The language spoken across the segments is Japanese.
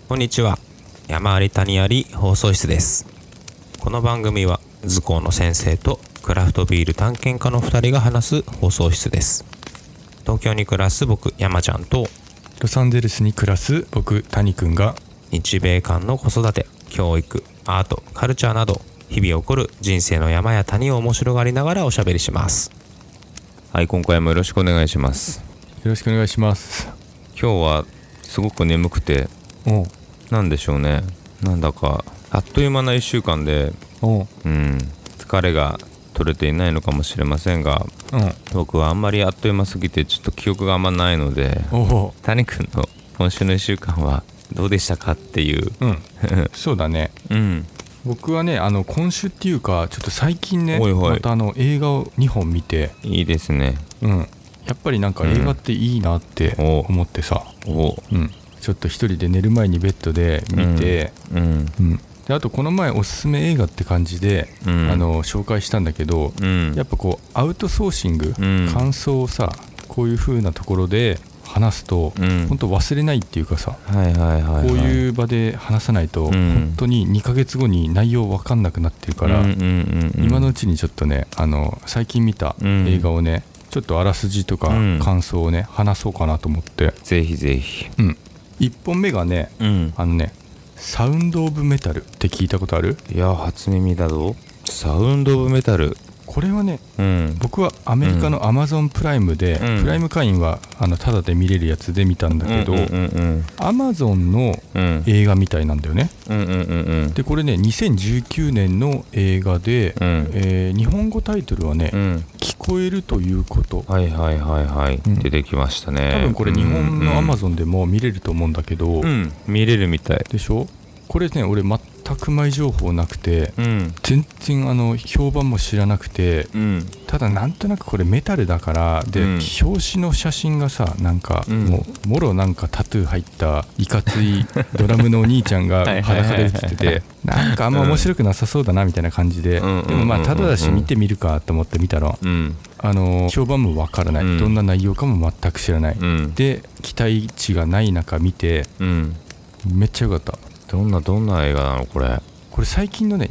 こんにちは。山あり谷あり放送室です。この番組は図工の先生とクラフトビール探検家の2人が話す放送室です。東京に暮らす僕山ちゃんとロサンゼルスに暮らす僕谷くんが日米間の子育て、教育、アート、カルチャーなど日々起こる人生の山や谷を面白がりながらおしゃべりします。はい、今回もよろしくお願いします。 よろしくお願いします。 今日はすごく眠くて、なんでしょうね、なんだかあっという間な1週間で疲れが取れていないのかもしれませんが、僕はあんまりあっという間すぎてちょっと記憶があんまないので、谷くんの今週の1週間はどうでしたかっていう、 そうだね、僕はね今週っていうかちょっと最近ね、また映画を2本見て。 いいですね。 やっぱりなんか映画っていいなって思ってさ、ちょっと一人で寝る前にベッドで見て、であとこの前おすすめ映画って感じで、紹介したんだけど、やっぱこうアウトソーシング、感想をさこういう風なところで話すと、本当忘れないっていうかさ、こういう場で話さないと、本当に2ヶ月後に内容分かんなくなってるから、今のうちにちょっとね最近見た映画をね、ちょっとあらすじとか感想をね、話そうかなと思って。 ぜひぜひ。 1本目がね、サウンドオブメタルって聞いたことある？ いや初耳だぞ。サウンドオブメタル。 これはね、僕はアメリカの Amazon プライムで、プライム会員はタダで見れるやつで見たんだけど、Amazon の映画みたいなんだよね。でこれね2019年の映画で、日本語タイトルはね、聞こえるということ。出てきましたね。多分これ日本の Amazon でも見れると思うんだけど、 見れるみたいでしょ。これね俺全く前情報なくて、全然評判も知らなくて、ただなんとなくこれメタルだからで、表紙の写真がさなんか、もろなんかタトゥー入ったいかついドラムのお兄ちゃんが裸で写っててなんかあんま面白くなさそうだなみたいな感じで、でもまあただだし見てみるかと思って見たら、評判もわからない、どんな内容かも全く知らない、で期待値がない中見て、めっちゃ良かった。 どんな映画なのこれ最近のね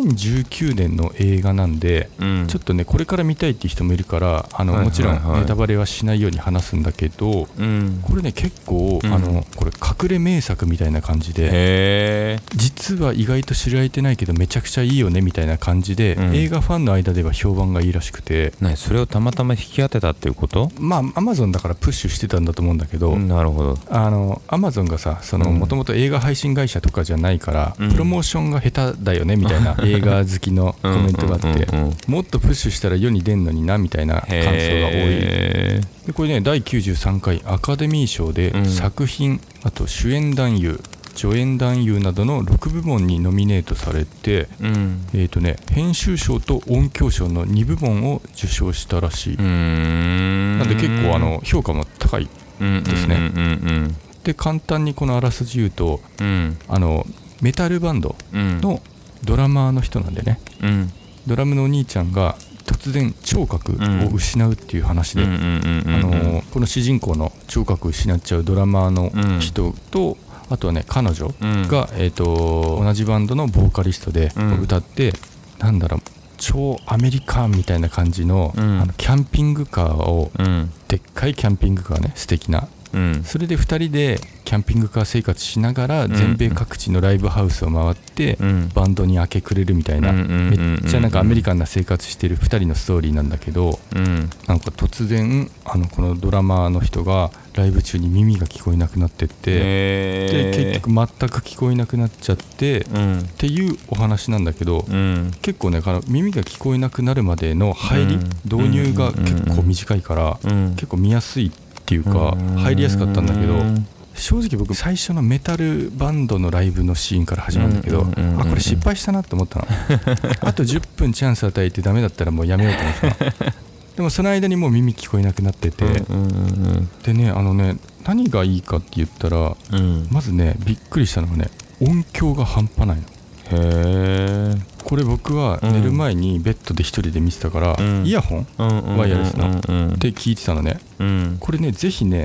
2019年の映画なんで、ちょっとねこれから見たいっていう人もいるからもちろんネタバレはしないように話すんだけど、これね結構、これ隠れ名作みたいな感じで、実は意外と知られてないけどめちゃくちゃいいよねみたいな感じで、映画ファンの間では評判がいいらしくて。 それをたまたま引き当てたっていうこと？ まあ Amazon だからプッシュしてたんだと思うんだけど、 なるほど。 Amazon がさもともと映画配信会社とかじゃないから、プロモーションが下手だよねみたいな映画好きのコメントがあって、もっとプッシュしたら世に出んのになみたいな感想が多い。でこれね第93回アカデミー賞で作品、あと主演男優助演男優などの6部門にノミネートされて、編集賞と音響賞の2部門を受賞したらしい。なんで結構評価も高いですね。で簡単にこのあらすじ言うと、メタルバンドのドラマーの人なんでね、ドラムのお兄ちゃんが突然聴覚を失うっていう話で、この主人公の聴覚を失っちゃうドラマーの人と、あとはね彼女が、同じバンドのボーカリストで歌って、なんだろう超アメリカンみたいな感じの、キャンピングカーを、でっかいキャンピングカーね、素敵な、それで2人でキャンピングカー生活しながら全米各地のライブハウスを回ってバンドに明け暮れるみたいな、めっちゃなんかアメリカンな生活してる2人のストーリーなんだけど、なんか突然このドラマーの人がライブ中に耳が聞こえなくなってって、で結局全く聞こえなくなっちゃって、っていうお話なんだけど、結構ね耳が聞こえなくなるまでの入り、導入が結構短いから、結構見やすいっていうか入りやすかったんだけど、正直僕最初のメタルバンドのライブのシーンから始まるんだけど、これ失敗したなって思ったの。あと10分チャンス与えてダメだったらもうやめようと思ったの。でもその間にもう耳聞こえなくなってて、でね何がいいかって言ったら、まずねびっくりしたのがね音響が半端ないの。へー。これ僕は寝る前にベッドで一人で見てたから、イヤホン、ワイヤレスので聞いてたのね。これねぜひね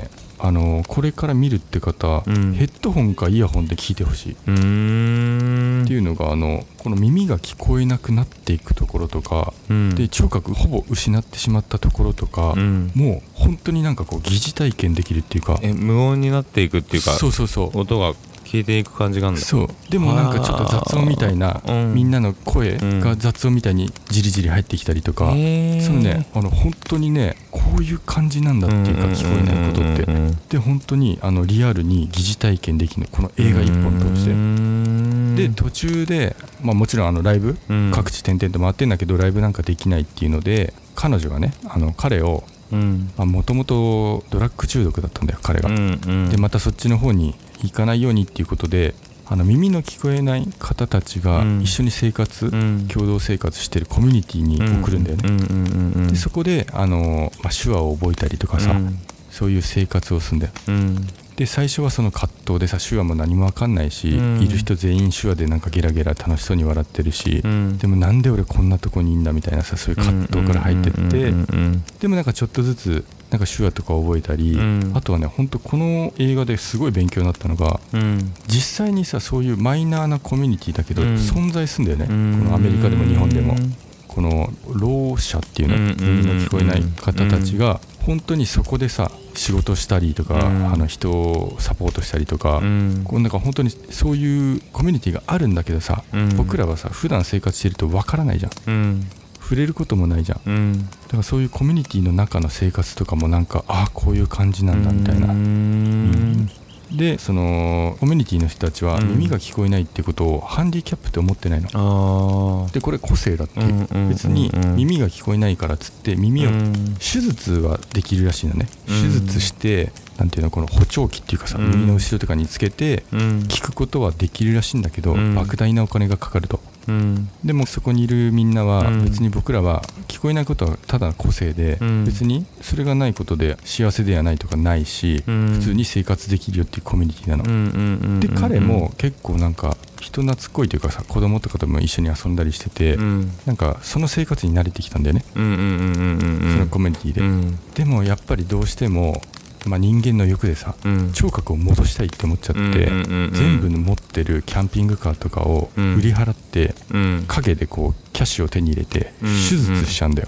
これから見るって方、ヘッドホンかイヤホンで聞いてほしいっていうのが、この耳が聞こえなくなっていくところとか、で聴覚ほぼ失ってしまったところとか、もう本当になんかこう疑似体験できるっていうか、 無音になっていくっていうか、 そう音が消えていく感じがあるんだ。 そうでもなんかちょっと雑音みたいな、みんなの声が雑音みたいにじりじり入ってきたりとか、そのね本当にねこういう感じなんだっていうか、聞こえないことってで本当にリアルに疑似体験できるの、この映画一本通して。で途中で、もちろんライブ、各地点々と回ってんだけど、ライブなんかできないっていうので、彼女がね彼をもともとドラッグ中毒だったんだよ彼が、でまたそっちの方に行かないようにっていうことで、耳の聞こえない方たちが一緒に生活、共同生活してるコミュニティに送るんだよね。でそこで手話を覚えたりとかさ、そういう生活をするんだよ。で最初はその葛藤でさ、手話も何も分かんないし、いる人全員手話でなんかゲラゲラ楽しそうに笑ってるし、でもなんで俺こんなとこにいんだみたいなさ、そういう葛藤から入ってって、でもなんかちょっとずつなんか手話とか覚えたり、あとはね本当この映画ですごい勉強になったのが、実際にさそういうマイナーなコミュニティだけど存在するんだよね、このアメリカでも日本でも。このろう者っていうの、耳の聞こえない方たちが本当にそこでさ仕事したりとか、人をサポートしたりとか、こうなんか本当にそういうコミュニティがあるんだけどさ、僕らはさ普段生活してるとわからないじゃん、触れることもないじゃん、だからそういうコミュニティの中の生活とかもなんかこういう感じなんだみたいな、でそのコミュニティの人たちは耳が聞こえないってことをハンディキャップって思ってないの。でこれ個性だって、別に耳が聞こえないからっつって耳を手術はできるらしいのね。手術してなんていうの、この補聴器っていうかさ、耳の後ろとかにつけて聞くことはできるらしいんだけど、莫大なお金がかかると。でもそこにいるみんなは別に僕らは聞こえないことはただ個性で、別にそれがないことで幸せではないとかないし、普通に生活できるよっていうコミュニティなの。で彼も結構なんか人懐っこいというかさ、子供とかとも一緒に遊んだりしてて、なんかその生活に慣れてきたんだよね、そのコミュニティで。でもやっぱりどうしても人間の欲でさ、聴覚を戻したいって思っちゃって、全部の持ってるキャンピングカーとかを売り払って、陰でこうキャッシュを手に入れて手術しちゃうんだよ。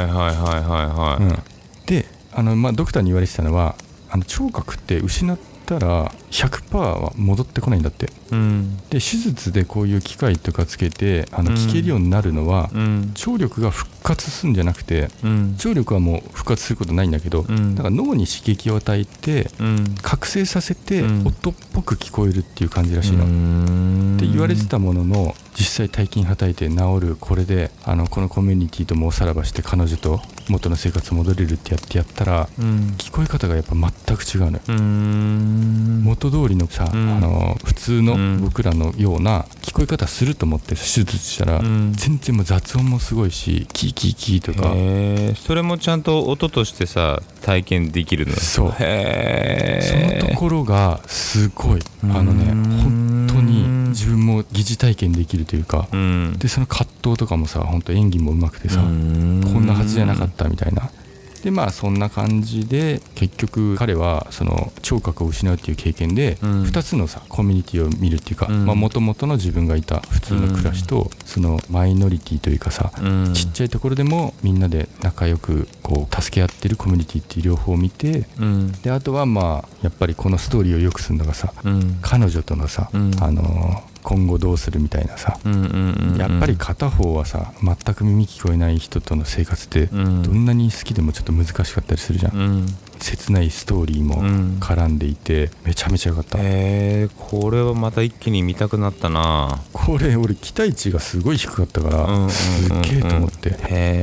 でドクターに言われてたのは、聴覚って失ったら 100% は戻ってこないんだって、で手術でこういう機械とかつけて聞けるようになるのは、聴力が復活するんじゃなくて、聴力はもう復活することないんだけど、だから脳に刺激を与えて、覚醒させて音っぽく聞こえるっていう感じらしいの、って言われてたものの、実際大金はたいて治る、これでこのコミュニティともおさらばして彼女と元の生活戻れるってやったら、聞こえ方がやっぱ全く違うのよ。元通りのさ、普通の僕らのような聞こえ方すると思って手術したら、全然もう雑音もすごいし、キーキーキーとか、 それもちゃんと音としてさ体験できるの。 そう、そのところがすごい本当に自分も疑似体験できるというか、でその葛藤とかもさ、本当演技もうまくてさ、こんなはずじゃなかったみたいな。でそんな感じで結局彼はその聴覚を失うっていう経験で2つのさコミュニティを見るっていうか、元々の自分がいた普通の暮らしと、そのマイノリティというかさ、ちっちゃいところでもみんなで仲良くこう助け合ってるコミュニティっていう両方を見て、であとはやっぱりこのストーリーを良くするのがさ、彼女とのさ、今後どうするみたいなさ、やっぱり片方はさ全く耳聞こえない人との生活ってどんなに好きでもちょっと難しかったりするじゃん、切ないストーリーも絡んでいてめちゃめちゃ良かった。 これはまた一気に見たくなったな。 これ俺期待値がすごい低かったから、すっげえと思って。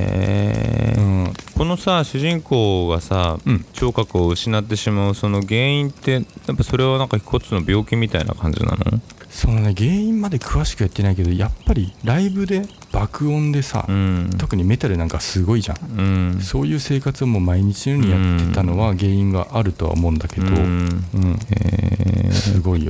このさ主人公がさ、聴覚を失ってしまうその原因ってやっぱそれはなんか一つの病気みたいな感じなの？ そのね、原因まで詳しくやってないけど、やっぱりライブで爆音でさ、特にメタルなんかすごいじゃん、そういう生活をもう毎日のようにやってたのは原因があるとは思うんだけど、すごいよ。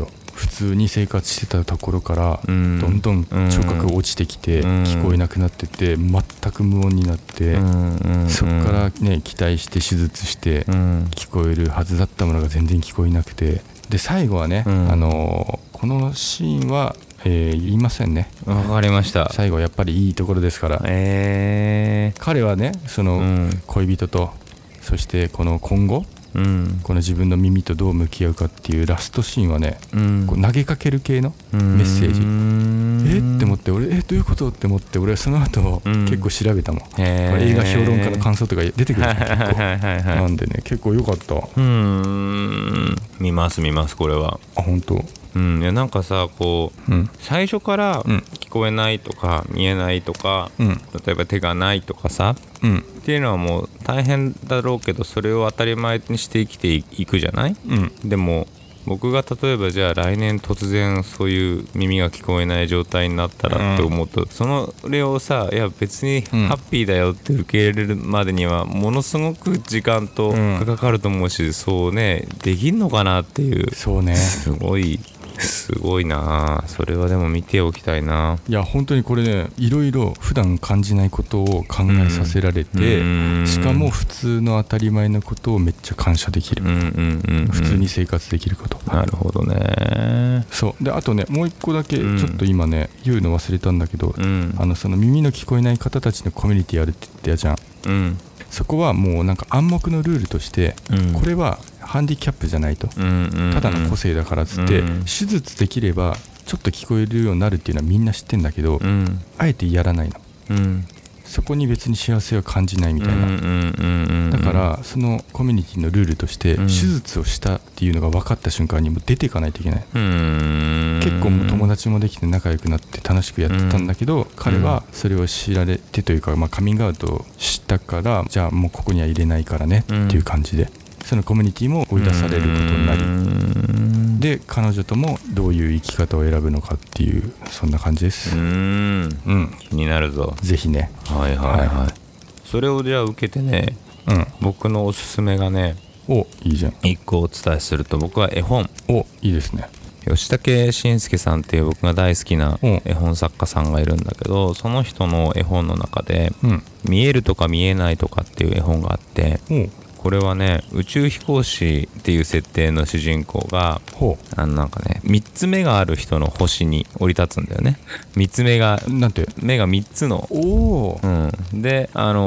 普通に生活してたところからどんどん聴覚が落ちてきて聞こえなくなってて全く無音になってそこからね期待して手術して聞こえるはずだったものが全然聞こえなくてで最後はねこのシーンは言いませんね。 わかりました。 最後やっぱりいいところですから彼はねその恋人とそしてこの今後この自分の耳とどう向き合うかっていうラストシーンはねこう投げかける系のメッセージって思って俺どういうことって思って俺はその後結構調べたもん。これ映画評論家の感想とか出てくる結構なんでね結構良かった。 見ますこれは。 あ本当。 いやなんかさこう、最初から聞こえないとか見えないとか、例えば手がないとかさ、っていうのはもう大変だろうけどそれを当たり前にして生きていくじゃない、でも僕が例えばじゃあ来年突然そういう耳が聞こえない状態になったらって思うと、それをさいや別にハッピーだよって受け入れるまでにはものすごく時間とかかると思うし、そうねできんのかなっていう。 そうねすごいな。それはでも見ておきたいな。 いや本当にこれねいろいろ普段感じないことを考えさせられて、しかも普通の当たり前のことをめっちゃ感謝できる、普通に生活できること。 なるほどね。 そうであとねもう一個だけちょっと今ね、言うの忘れたんだけど、その耳の聞こえない方たちのコミュニティあるって言ったやじゃん、そこはもうなんか暗黙のルールとして、これはハンディキャップじゃないと、ただの個性だからっつって、手術できればちょっと聞こえるようになるっていうのはみんな知ってんだけど、あえてやらないの、そこに別に幸せは感じないみたいな、だからそのコミュニティのルールとして、手術をしたっていうのが分かった瞬間にもう出ていかないといけない、結構もう友達もできて仲良くなって楽しくやってたんだけど、彼はそれを知られてというか、カミングアウトしたからじゃあもうここには入れないからねっていう感じで、そのコミュニティも追い出されることになり、で彼女ともどういう生き方を選ぶのかっていうそんな感じです。気になるぞ。 ぜひね。 それをじゃあ受けてね、僕のおすすめがねいいじゃん。 1個お伝えすると、僕は絵本。 いいですね。 吉武慎介さんっていう僕が大好きな絵本作家さんがいるんだけど、その人の絵本の中で、見えるとか見えないとかっていう絵本があって、これはね宇宙飛行士っていう設定の主人公がなんかね3つ目がある人の星に降り立つんだよね。3つ目がなんて目が3つので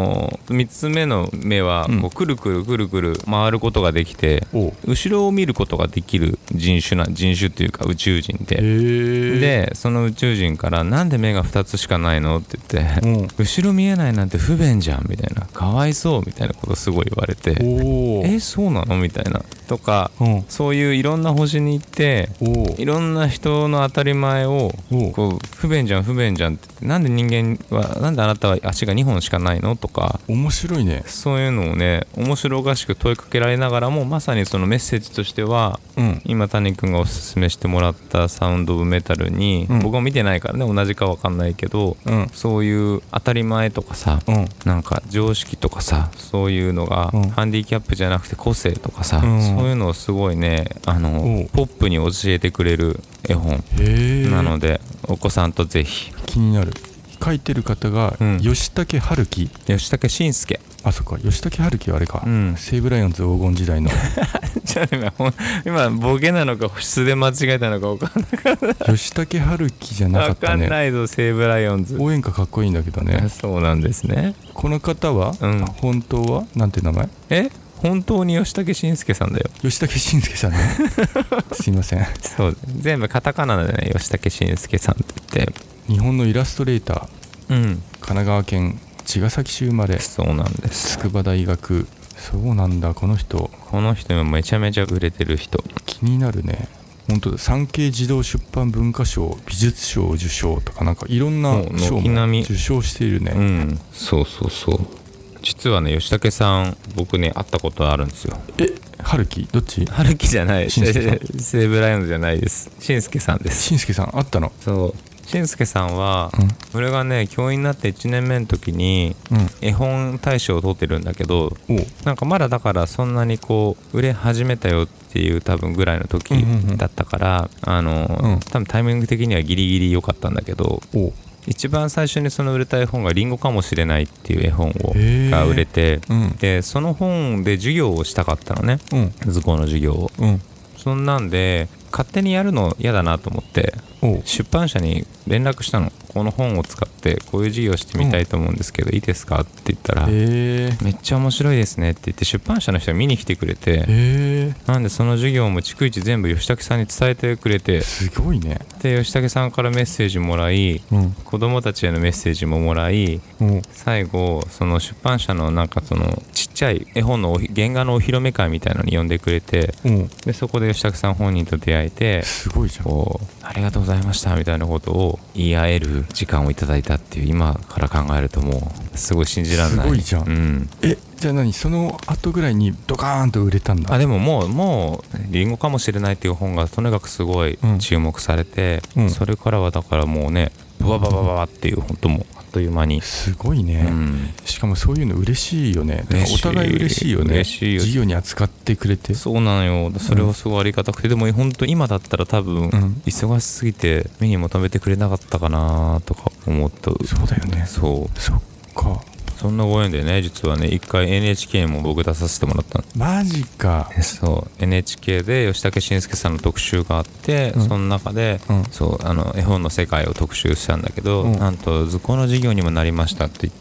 3つ目の目はこうくるくるくるくる回ることができて、後ろを見ることができる人種っていうか宇宙人で、その宇宙人からなんで目が2つしかないのって言って、後ろ見えないなんて不便じゃんみたいな、かわいそうみたいなことすごい言われて、そうなのみたいなとか、そういういろんな星に行っていろんな人の当たり前をこう不便じゃんってなんで人間はなんであなたは足が2本しかないのとか、 面白いね。 そういうのをね面白おかしく問いかけられながらも、まさにそのメッセージとしては、今谷君がおすすめしてもらったサウンドオブメタルに、僕も見てないからね同じか分かんないけど、そういう当たり前とかさ、なんか常識とかさ、そういうのがハンディキャップじゃなくて個性とかさ、そういうのをすごいねポップに教えてくれる絵本なので、お子さんとぜひ。 気になる。書いてる方が吉武春樹、 吉武慎介。 あ、そっか、吉武春樹はあれか、西武ライオンズ黄金時代のじゃあ今ボケなのか素で間違えたのか分かんなかった。 吉武春樹じゃなかったね。 分かんないぞ。西武ライオンズ応援歌かっこいいんだけどね。 そうなんですね。 この方は、本当はなんて名前？ 本当に吉武慎介さんだよ。 吉武慎介さんねすいません。 そう全部カタカナでね吉武慎介さんって言って、 日本のイラストレーター、神奈川県茅ヶ崎市生まれ。 そうなんです。 筑波大学。そうなんだ。この人今めちゃめちゃ売れてる人。 気になるね。本当だ。産経児童出版文化賞美術賞受賞とか、なんかいろんな賞も受賞しているね。 そう実はね吉武さん僕ね会ったことあるんですよ。 春樹どっち？ 春樹じゃない。西武ライオンズじゃないです。慎介さんです。 慎介さん会ったの？ そうしんすけさんは、俺がね教員になって1年目の時に、絵本大賞を取ってるんだけど、なんかまだだからそんなにこう売れ始めたよっていう多分ぐらいの時だったから、多分タイミング的にはギリギリ良かったんだけど、一番最初にその売れた絵本がリンゴかもしれないっていう絵本が売れて、でその本で授業をしたかったのね、図工の授業を、そんなんで勝手にやるの嫌だなと思って出版社に連絡したの。この本を使ってこういう授業してみたいと思うんですけど、いいですかって言ったら、めっちゃ面白いですねって言って出版社の人が見に来てくれて、なんでその授業も逐一全部吉武さんに伝えてくれて、 すごいね。 で吉武さんからメッセージもらい、子供たちへのメッセージももらい、最後その出版社のなんかそのちっちゃい絵本の原画のお披露目会みたいなのに呼んでくれて、でそこで吉武さん本人と出会えて、 すごいじゃん、 ありがとうございましたみたいなことを言い合える時間をいただいたっていう、今から考えるともうすごい信じられない。 すごいじゃん、じゃあ何、その後ぐらいにドカーンと売れたんだ。 でももうリンゴかもしれないっていう本がとにかくすごい注目されて、それからはだからもうねバババババっていう本当もうあっという間に。 すごいね、しかもそういうの嬉しいよね。お互い嬉しいよね。 嬉しいよ、 授業に扱ってくれて。 そうなのよ。それはすごいありがたくて、でも本当今だったら多分忙しすぎて目にも留めてくれなかったかなとか思った。 そうだよね。そっか。 そんなご縁でね、実はね一回 NHK も僕出させてもらったの。 マジか。 そう NHK で吉武慎介さんの特集があって、その中で、そう絵本の世界を特集したんだけど、なんと図工の授業にもなりましたって言って、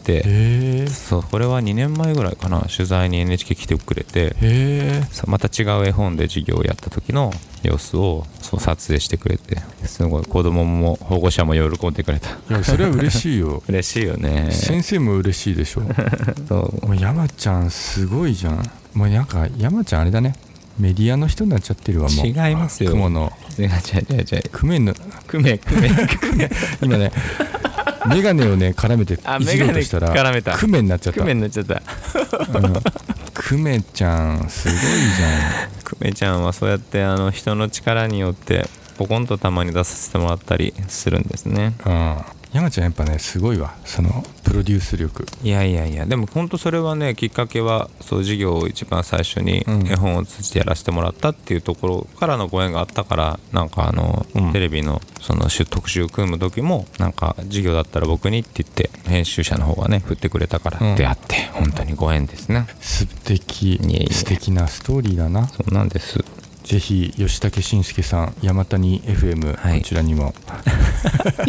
そうこれは2年前ぐらいかな、取材に NHK 来てくれて、また違う絵本で授業をやった時の様子をそう撮影してくれて、すごい子供も保護者も喜んでくれた。 いやそれは嬉しいよ嬉しいよね。 先生も嬉しいでしょそうもう山ちゃんすごいじゃん。もうなんか山ちゃんあれだね、メディアの人になっちゃってるわ。もう違いますよ。 雲の違うクメのクメ今ねメガネをね絡めていじろうとしたらクメになっちゃった。 クメになっちゃった、 クメちゃんすごいじゃん。 クメちゃんはそうやって人の力によってポコンとたまに出させてもらったりするんですね。 山ちゃんやっぱねすごいわ、そのプロデュース力。 いやでも本当それはね、きっかけはそう授業を一番最初に絵本を通じてやらせてもらったっていうところからのご縁があったから、なんかテレビのその特集組む時もなんか授業だったら僕にって言って編集者の方がね振ってくれたから出会って、本当にご縁ですね。 素敵なストーリーだな。 そうなんです。 ぜひ吉武慎介さん、山谷 FM、こちらにもい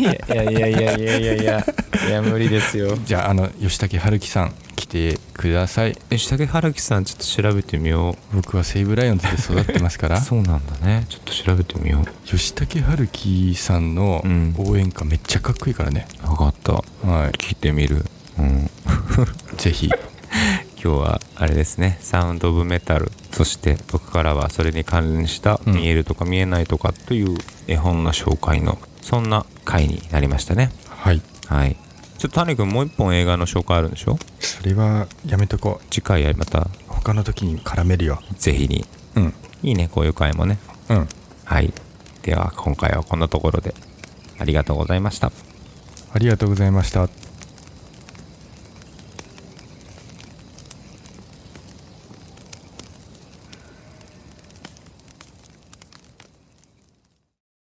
や無理ですよ。 じゃあ吉武春樹さん来てください。 吉武春樹さんちょっと調べてみよう。 僕は西武ライオンズで育ってますからそうなんだね、ちょっと調べてみよう。 吉武春樹さんの応援歌めっちゃかっこいいからね。 分かった、聞いてみる。 ぜひ今日はあれですね、サウンドオブメタル、そして僕からはそれに関連した見えるとか見えないとかという絵本の紹介のそんな回になりましたね。はい。ちょっと谷君もう一本映画の紹介あるんでしょ。 それはやめとこう。 次回また他の時に絡めるよ。 ぜひに。いいね、こういう回もね。はい。では今回はこんなところでありがとうございました。 ありがとうございました。